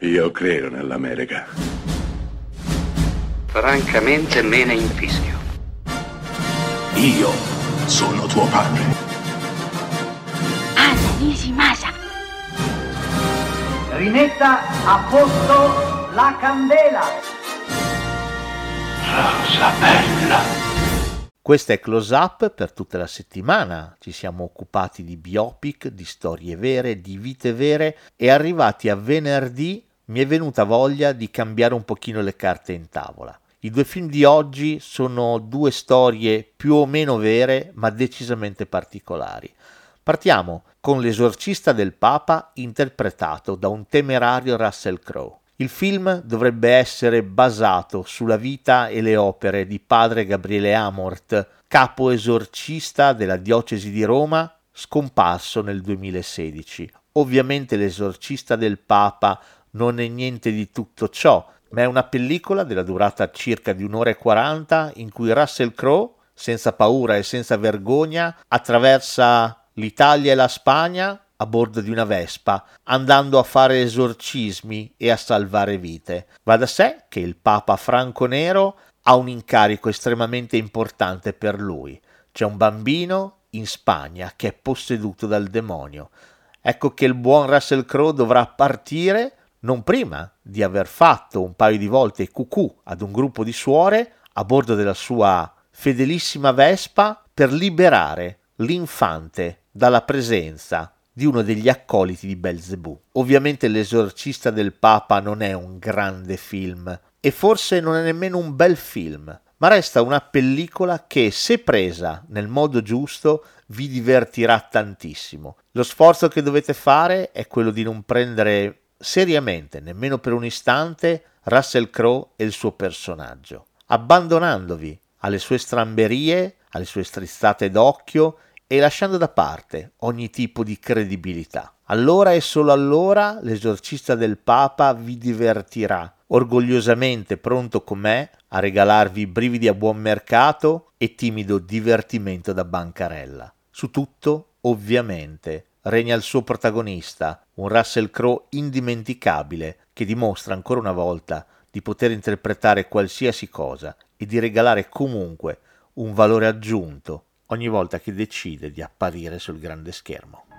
Io credo nell'America. Francamente me ne infischio. Io sono tuo padre. Anna Nishimasa. Rimetta a posto la candela. Rosa bella. Questa è Close Up per tutta la settimana. Ci siamo occupati di biopic, di storie vere, di vite vere e arrivati a venerdì mi è venuta voglia di cambiare un pochino le carte in tavola. I due film di oggi sono due storie più o meno vere ma decisamente particolari. Partiamo con L'esorcista del Papa interpretato da un temerario Russell Crowe. Il film dovrebbe essere basato sulla vita e le opere di padre Gabriele Amorth, capo esorcista della diocesi di Roma, scomparso nel 2016. Ovviamente L'esorcista del Papa non è niente di tutto ciò, ma è una pellicola della durata circa di 1 ora e 40 in cui Russell Crowe, senza paura e senza vergogna, attraversa l'Italia e la Spagna a bordo di una Vespa, andando a fare esorcismi e a salvare vite. Va da sé che il Papa Franco Nero ha un incarico estremamente importante per lui. C'è un bambino in Spagna che è posseduto dal demonio. Ecco che il buon Russell Crowe dovrà partire non prima di aver fatto un paio di volte cucù ad un gruppo di suore a bordo della sua fedelissima Vespa per liberare l'infante dalla presenza di uno degli accoliti di Belzebù. Ovviamente L'esorcista del Papa non è un grande film e forse non è nemmeno un bel film, ma resta una pellicola che, se presa nel modo giusto, vi divertirà tantissimo. Lo sforzo che dovete fare è quello di non prendere seriamente, nemmeno per un istante, Russell Crowe e il suo personaggio, abbandonandovi alle sue stramberie, alle sue strizzate d'occhio e lasciando da parte ogni tipo di credibilità. Allora e solo allora L'esorcista del Papa vi divertirà, orgogliosamente pronto com'è a regalarvi brividi a buon mercato e timido divertimento da bancarella. Su tutto, ovviamente, regna il suo protagonista, un Russell Crowe indimenticabile che dimostra ancora una volta di poter interpretare qualsiasi cosa e di regalare comunque un valore aggiunto ogni volta che decide di apparire sul grande schermo.